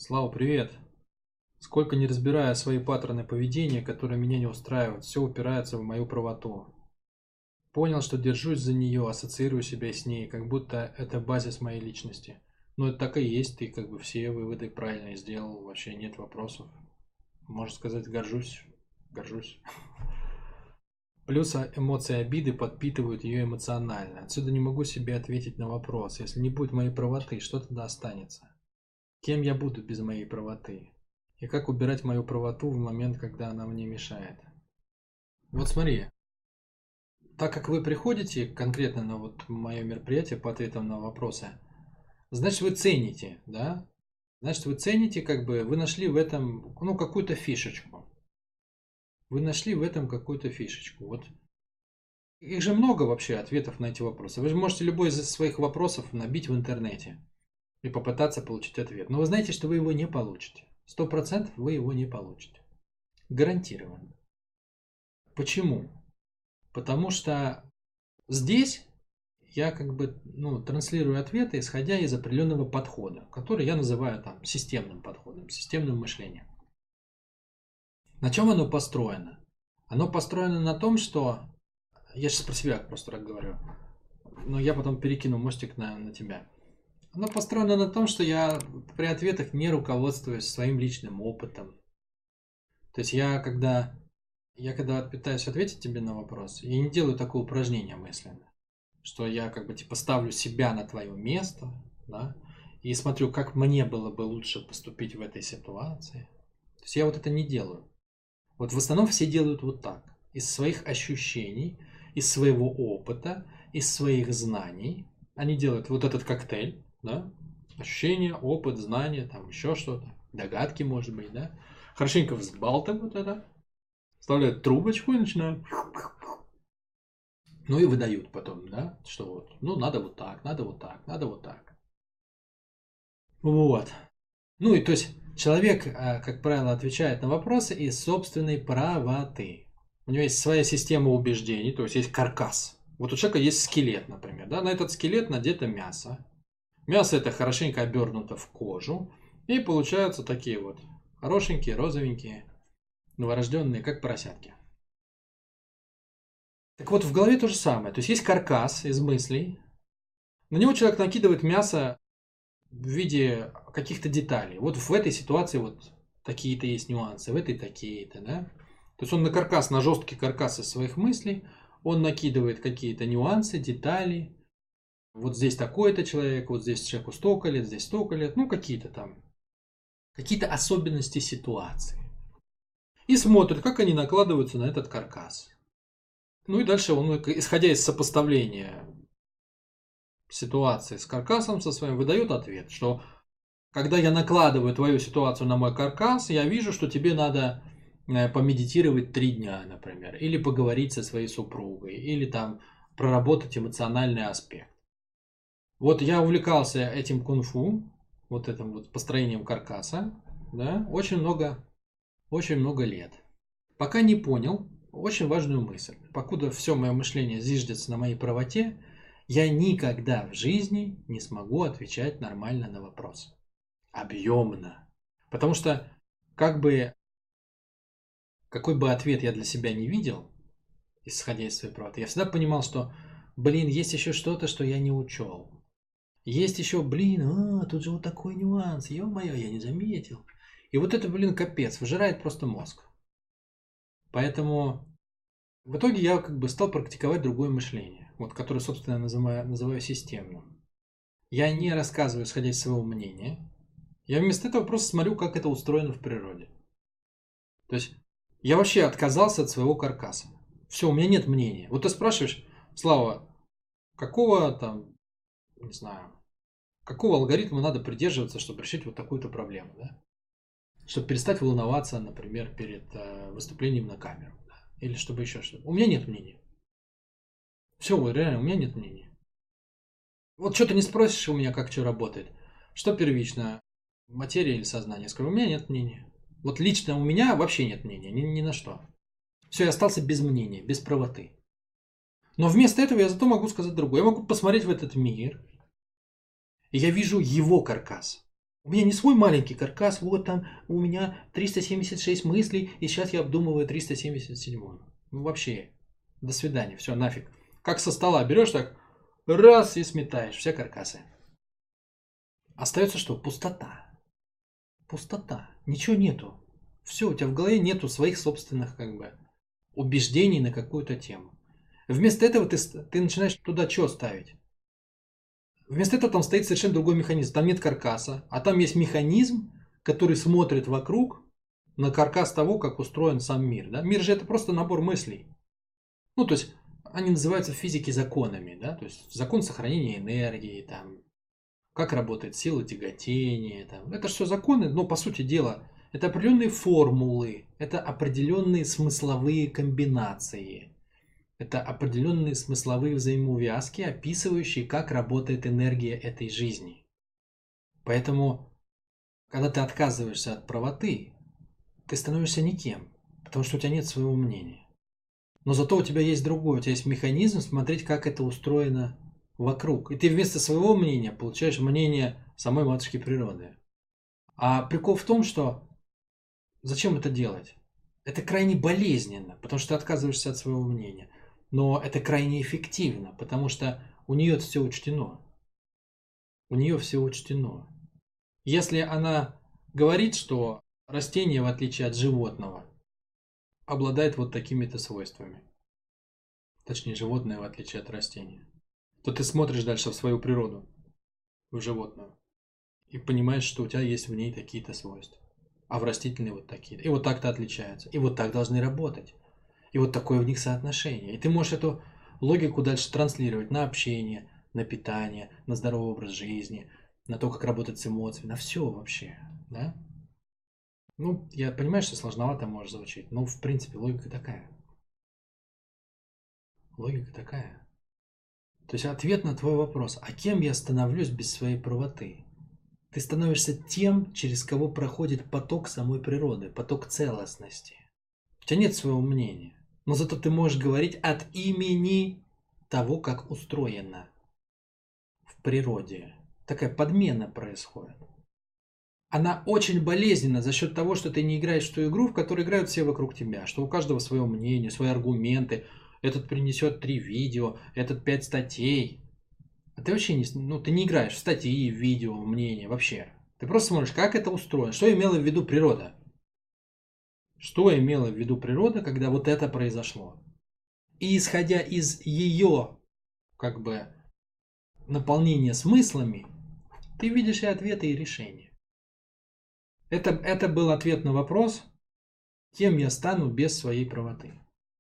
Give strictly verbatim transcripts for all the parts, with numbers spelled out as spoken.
Слава, привет. Сколько не разбирая свои паттерны поведения, которые меня не устраивают, все упирается в мою правоту. Понял, что держусь за нее, ассоциирую себя с ней, как будто это базис моей личности. Но это так и есть, ты как бы все выводы правильно сделал, вообще нет вопросов. Можно сказать, горжусь, горжусь. Плюс а, эмоции обиды подпитывают ее эмоционально. Отсюда не могу себе ответить на вопрос. Если не будет моей правоты, что тогда останется? Кем я буду без моей правоты? И как убирать мою правоту в момент, когда она мне мешает? Вот смотри, так как вы приходите конкретно на вот мое мероприятие по ответам на вопросы, значит вы цените, да? Значит вы цените, как бы вы нашли в этом, ну, какую-то фишечку. Вы нашли в этом какую-то фишечку. Вот их же много вообще ответов на эти вопросы. Вы же можете любой из своих вопросов набить в интернете и попытаться получить ответ. Но вы знаете, что вы его не получите. Сто процентов вы его не получите. Гарантированно. Почему? Потому что здесь я как бы ну, транслирую ответы, исходя из определенного подхода, который я называю там системным подходом, системным мышлением. На чем оно построено? Оно построено на том, что... Я сейчас про себя просто так говорю, но я потом перекину мостик на, на тебя. Оно построено на том, что я при ответах не руководствуюсь своим личным опытом. То есть я когда, я когда пытаюсь ответить тебе на вопрос, я не делаю такое упражнение мысленно, что я как бы типа ставлю себя на твое место, да, и смотрю, как мне было бы лучше поступить в этой ситуации. То есть я вот это не делаю. Вот в основном все делают вот так. Из своих ощущений, из своего опыта, из своих знаний. Они делают вот этот коктейль, да, ощущения, опыт, знания, там еще что-то, догадки, может быть, да. Хорошенько взбалтывают это, вставляют трубочку и начинают. Ну и выдают потом, да, что вот, ну надо вот так, надо вот так, надо вот так. Вот. Ну и то есть человек, как правило, отвечает на вопросы из собственной правоты. У него есть своя система убеждений, то есть есть каркас. Вот у человека есть скелет, например, да, на этот скелет надето мясо. Мясо это хорошенько обернуто в кожу. И получаются такие вот хорошенькие, розовенькие, новорожденные, как поросятки. Так вот, в голове то же самое. То есть есть каркас из мыслей. На него человек накидывает мясо в виде каких-то деталей. Вот в этой ситуации вот такие-то есть нюансы, в этой такие-то, да. То есть он на каркас, на жесткий каркас из своих мыслей, он накидывает какие-то нюансы, детали. Вот здесь такой-то человек, вот здесь человеку столько лет, здесь столько лет, ну какие-то там, какие-то особенности ситуации. И смотрит, как они накладываются на этот каркас. Ну и дальше он, исходя из сопоставления ситуации с каркасом со своим, выдает ответ, что когда я накладываю твою ситуацию на мой каркас, я вижу, что тебе надо помедитировать три дня, например, или поговорить со своей супругой, или там проработать эмоциональный аспект. Вот я увлекался этим кунг-фу, вот этим вот построением каркаса, да, очень много, очень много лет. Пока не понял очень важную мысль. Покуда все мое мышление зиждется на моей правоте, я никогда в жизни не смогу отвечать нормально на вопрос. Объемно. Потому что как бы какой бы ответ я для себя не видел, исходя из своей правоты, я всегда понимал, что, блин, есть еще что-то, что я не учел. Есть еще, блин, а, тут же вот такой нюанс, ё-моё, я не заметил. И вот это, блин, капец, выжирает просто мозг. Поэтому в итоге я как бы стал практиковать другое мышление, вот, которое, собственно, называю, называю системным. Я не рассказываю, исходя из своего мнения. Я вместо этого просто смотрю, как это устроено в природе. То есть я вообще отказался от своего каркаса. Все, у меня нет мнения. Вот ты спрашиваешь, Слава, какого там, не знаю, какого алгоритма надо придерживаться, чтобы решить вот такую-то проблему, да? Чтобы перестать волноваться, например, перед э, выступлением на камеру, да? Или чтобы еще что-то. У меня нет мнения. Все, реально, у меня нет мнения. Вот что ты не спросишь у меня, как что работает. Что первично, материя или сознание? Я скажу, у меня нет мнения. Вот лично у меня вообще нет мнения, ни, ни на что. Все, я остался без мнения, без правоты. Но вместо этого я зато могу сказать другое. Я могу посмотреть в этот мир, и я вижу его каркас. У меня не свой маленький каркас, вот там у меня триста семьдесят шесть мыслей, и сейчас я обдумываю триста семьдесят седьмую. Ну вообще, до свидания, все, нафиг. Как со стола берешь так, раз и сметаешь все каркасы. Остается что? Пустота. Пустота. Ничего нету. Все, у тебя в голове нету своих собственных как бы убеждений на какую-то тему. Вместо этого ты, ты начинаешь туда что ставить? Вместо этого там стоит совершенно другой механизм. Там нет каркаса, а там есть механизм, который смотрит вокруг на каркас того, как устроен сам мир. Да? Мир же это просто набор мыслей. Ну, то есть, они называются в физике законами. Да? То есть, закон сохранения энергии, там, как работает сила тяготения. Там. Это все законы, но по сути дела, это определенные формулы, это определенные смысловые комбинации. Это определенные смысловые взаимоувязки, описывающие, как работает энергия этой жизни. Поэтому, когда ты отказываешься от правоты, ты становишься никем, потому что у тебя нет своего мнения. Но зато у тебя есть другое, у тебя есть механизм смотреть, как это устроено вокруг. И ты вместо своего мнения получаешь мнение самой матушки природы. А прикол в том, что зачем это делать? Это крайне болезненно, потому что ты отказываешься от своего мнения. Но это крайне эффективно, потому что у нее все учтено. У нее все учтено. Если она говорит, что растение, в отличие от животного, обладает вот такими-то свойствами, точнее, животное, в отличие от растения, то ты смотришь дальше в свою природу, в животную, и понимаешь, что у тебя есть в ней такие-то свойства. А в растительной вот такие-то. И вот так-то отличаются. И вот так должны работать. И вот такое в них соотношение. И ты можешь эту логику дальше транслировать на общение, на питание, на здоровый образ жизни, на то, как работать с эмоциями, на все вообще. Да? Ну, я понимаю, что сложновато может звучать, но в принципе логика такая. Логика такая. То есть ответ на твой вопрос, а кем я становлюсь без своей правоты? Ты становишься тем, через кого проходит поток самой природы, поток целостности. У тебя нет своего мнения. Но зато ты можешь говорить от имени того, как устроено в природе. Такая подмена происходит. Она очень болезненна за счет того, что ты не играешь в ту игру, в которой играют все вокруг тебя. Что у каждого свое мнение, свои аргументы. Этот принесет три видео, этот пять статей. А ты вообще не, ну, ты не играешь в статьи, в видео, в мнение вообще. Ты просто смотришь, как это устроено. Что имела в виду природа? Что имела в виду природа, когда вот это произошло? И исходя из ее, как бы, наполнения смыслами, ты видишь и ответы, и решения. Это, это был ответ на вопрос, кем я стану без своей правоты.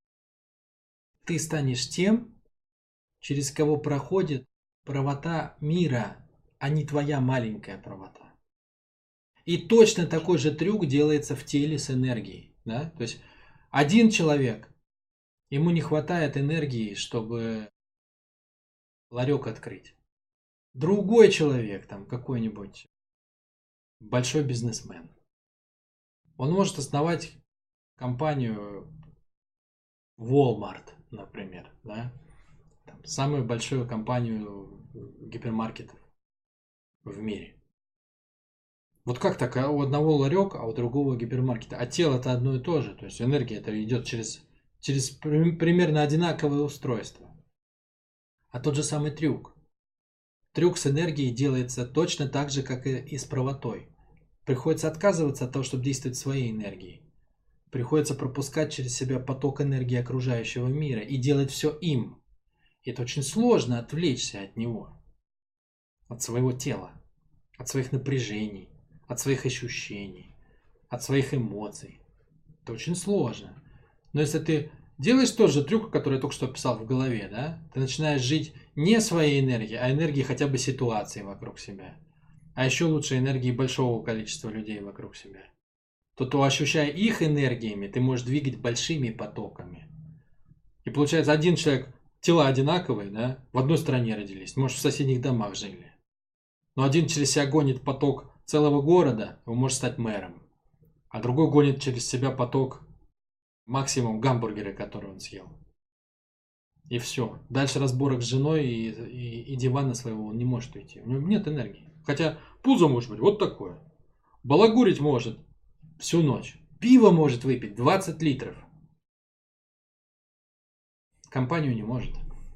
Ты станешь тем, через кого проходит правота мира, а не твоя маленькая правота. И точно такой же трюк делается в теле с энергией. Да? То есть один человек, ему не хватает энергии, чтобы ларек открыть. Другой человек, там какой-нибудь большой бизнесмен, он может основать компанию Walmart, например, да? Там, самую большую компанию гипермаркетов в мире. Вот как так? А у одного ларек, а у другого гипермаркета. А тело-то одно и то же. То есть энергия это идет через, через примерно одинаковое устройство. А тот же самый трюк. Трюк с энергией делается точно так же, как и с правотой. Приходится отказываться от того, чтобы действовать своей энергией. Приходится пропускать через себя поток энергии окружающего мира и делать все им. И это очень сложно отвлечься от него, от своего тела, от своих напряжений, от своих ощущений, от своих эмоций. Это очень сложно. Но если ты делаешь тот же трюк, который я только что описал в голове, да, ты начинаешь жить не своей энергией, а энергией хотя бы ситуации вокруг себя. А еще лучше энергии большого количества людей вокруг себя. То, то ощущая их энергиями, ты можешь двигать большими потоками. И получается, один человек, тела одинаковые, да, в одной стране родились, может, в соседних домах жили. Но один через себя гонит поток целого города, он может стать мэром. А другой гонит через себя поток максимум гамбургера, который он съел. И все. Дальше разборок с женой и, и, и дивана своего он не может уйти. У него нет энергии. Хотя Пузо может быть вот такое. Балагурить может всю ночь. Пиво может выпить двадцать литров. Компанию не может.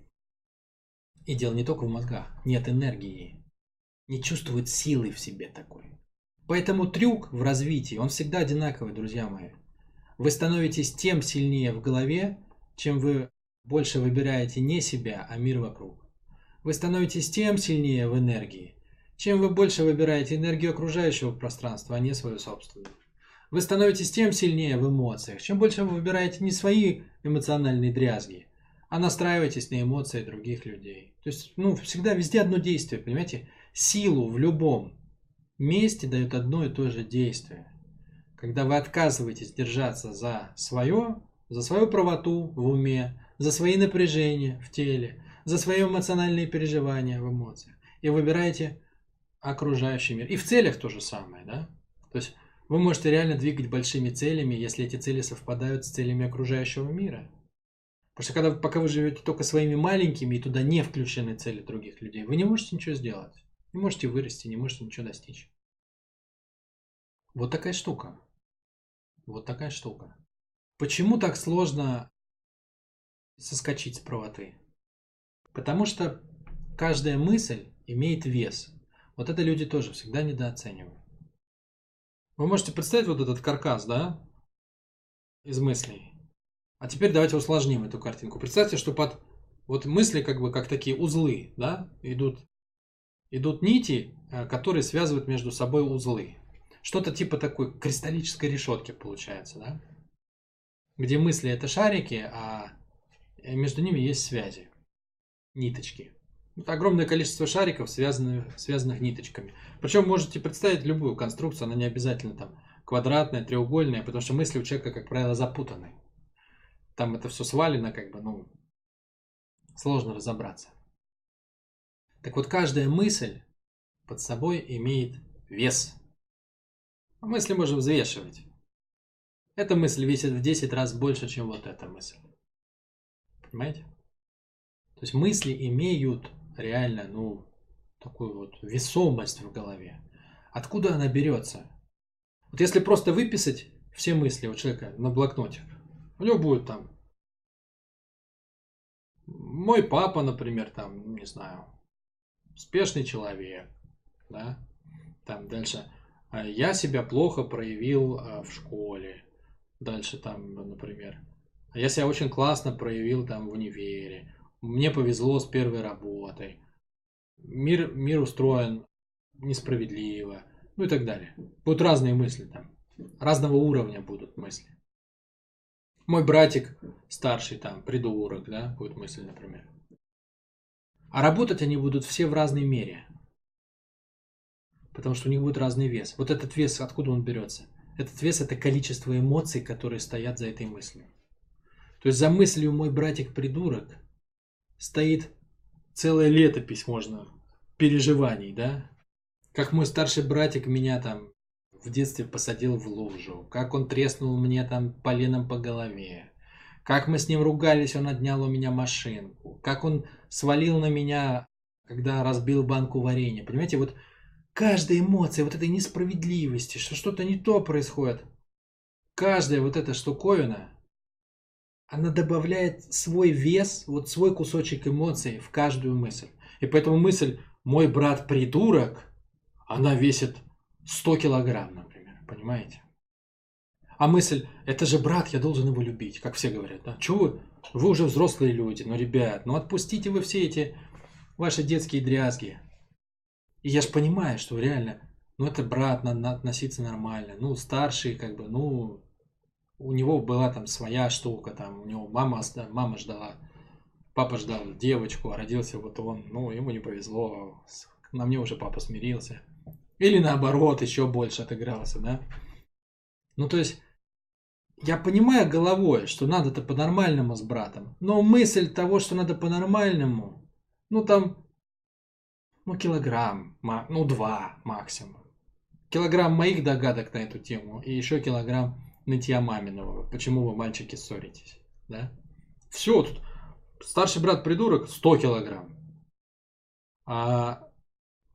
И дело не только в мозгах. Нет энергии. Не чувствует силы в себе такой. Поэтому трюк в развитии, он всегда одинаковый, друзья мои. Вы становитесь тем сильнее в голове, чем вы больше выбираете не себя, а мир вокруг. Вы становитесь тем сильнее в энергии, чем вы больше выбираете энергию окружающего пространства, а не свою собственную. Вы становитесь тем сильнее в эмоциях, чем больше вы выбираете не свои эмоциональные дрязги, а настраиваетесь на эмоции других людей. То есть, ну, всегда везде одно действие, понимаете? Силу в любом месте дает одно и то же действие. Когда вы отказываетесь держаться за свое, за свою правоту в уме, за свои напряжения в теле, за свои эмоциональные переживания в эмоциях, и выбираете окружающий мир. И в целях то же самое, да? То есть вы можете реально двигать большими целями, если эти цели совпадают с целями окружающего мира. Потому что когда, пока вы живете только своими маленькими и туда не включены цели других людей, вы не можете ничего сделать. Не можете вырасти, не можете ничего достичь. Вот такая штука. Вот такая штука. Почему так сложно соскочить с правоты? Потому что каждая мысль имеет вес. Вот это люди тоже всегда недооценивают. Вы можете представить вот этот каркас, да, из мыслей. А теперь давайте усложним эту картинку. Представьте, что под вот мысли как бы как такие узлы, да, идут, идут нити, которые связывают между собой узлы. Что-то типа такой кристаллической решетки получается, да? Где мысли это шарики, а между ними есть связи, ниточки. Это огромное количество шариков, связанных, связанных ниточками. Причем можете представить любую конструкцию, она не обязательно там квадратная, треугольная, потому что мысли у человека, как правило, запутаны. Там это все свалено, как бы, ну, сложно разобраться. Так вот, каждая мысль под собой имеет вес. Мысли можно взвешивать. Эта мысль весит в десять раз больше, чем вот эта мысль. Понимаете? То есть мысли имеют реально, ну, такую вот весомость в голове. Откуда она берется? Вот если просто выписать все мысли у человека на блокнотик, у него будет там мой папа, например, там, не знаю, успешный человек, да, там дальше, я себя плохо проявил в школе, дальше там, например, я себя очень классно проявил там в универе, мне повезло с первой работой, мир, мир устроен несправедливо, ну и так далее. Будут разные мысли там, разного уровня будут мысли. Мой братик старший там, придурок, да, будет мысль, например. А работать они будут все в разной мере. Потому что у них будет разный вес. Вот этот вес, откуда он берется? Этот вес – это количество эмоций, которые стоят за этой мыслью. То есть за мыслью «мой братик придурок» стоит целая летопись, можно, переживаний, да? Как мой старший братик меня там в детстве посадил в лужу, как он треснул мне там поленом по голове, как мы с ним ругались, он отнял у меня машинку, как он свалил на меня, когда разбил банку варенья. Понимаете, вот каждая эмоция вот этой несправедливости, что что-то не то происходит, каждая вот эта штуковина, она добавляет свой вес, вот свой кусочек эмоций в каждую мысль. И поэтому мысль «мой брат придурок», она весит сто килограмм, например, понимаете? А мысль «это же брат, я должен его любить», как все говорят, да? Чего вы? Вы уже взрослые люди, ну, ребят, ну отпустите вы все эти ваши детские дрязги. И я же понимаю, что реально, ну это брат, надо относиться нормально, ну старший, как бы, ну у него была там своя штука, там у него мама, мама ждала, папа ждал девочку, а родился вот он, ну ему не повезло, на мне уже папа смирился. Или наоборот, еще больше отыгрался, да? Ну то есть, я понимаю головой, что надо-то по-нормальному с братом, но мысль того, что надо по-нормальному, ну там, ну килограмм, ну два максимум. Килограмм моих догадок на эту тему и еще килограмм нытья маминого. Почему вы, мальчики, ссоритесь, да? Все, тут старший брат придурок сто килограмм. А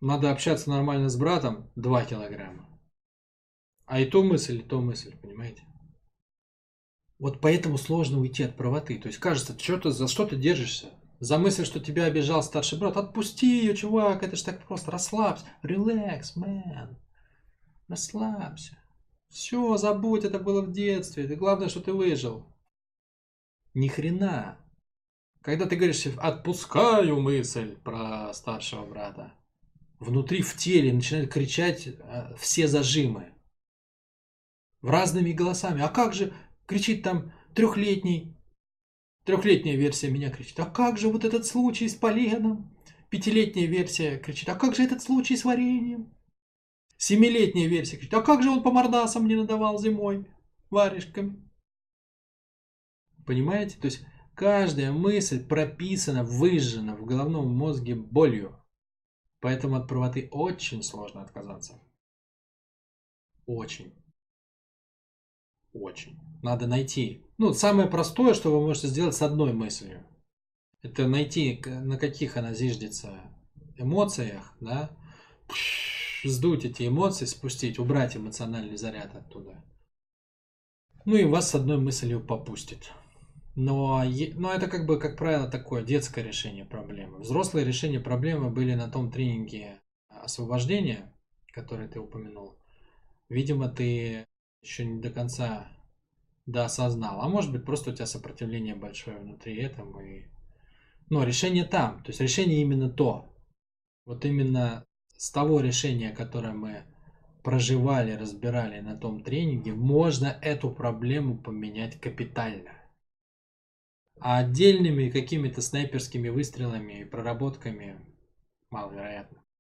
Надо общаться нормально с братом, два килограмма. А и то мысль, и то мысль, понимаете? Вот поэтому сложно уйти от правоты. То есть кажется, что ты, за что ты держишься? За мысль, что тебя обижал старший брат. Отпусти ее, чувак, это же так просто. Расслабься. Relax, man. Расслабься. Все, забудь, это было в детстве. Это главное, что ты выжил. Ни хрена. Когда ты говоришь, отпускаю мысль про старшего брата, внутри в теле начинают кричать э, все зажимы. В разными голосами. А как же, кричит там трехлетний, трехлетняя версия меня кричит, а как же вот этот случай с поленом? Пятилетняя версия кричит, а как же этот случай с вареньем? Семилетняя версия кричит, а как же он по мордасам не надавал зимой варежками? Понимаете? То есть каждая мысль прописана, выжжена в головном мозге болью. Поэтому от правоты очень сложно отказаться. Очень. Очень. Надо найти. Ну, самое простое, что вы можете сделать с одной мыслью. Это найти, на каких она зиждется эмоциях, да, сдуть эти эмоции, спустить, убрать эмоциональный заряд оттуда. Ну и вас с одной мыслью попустит. Но, но это как бы, как правило, такое детское решение проблемы. Взрослые решения проблемы были на том тренинге освобождения, который ты упомянул. Видимо, ты еще не до конца доосознал. А может быть, просто у тебя сопротивление большое внутри этому. И... Но решение там. То есть решение именно то. Вот именно с того решения, которое мы проживали, разбирали на том тренинге, можно эту проблему поменять капитально. А отдельными какими-то снайперскими выстрелами и проработками маловероятно.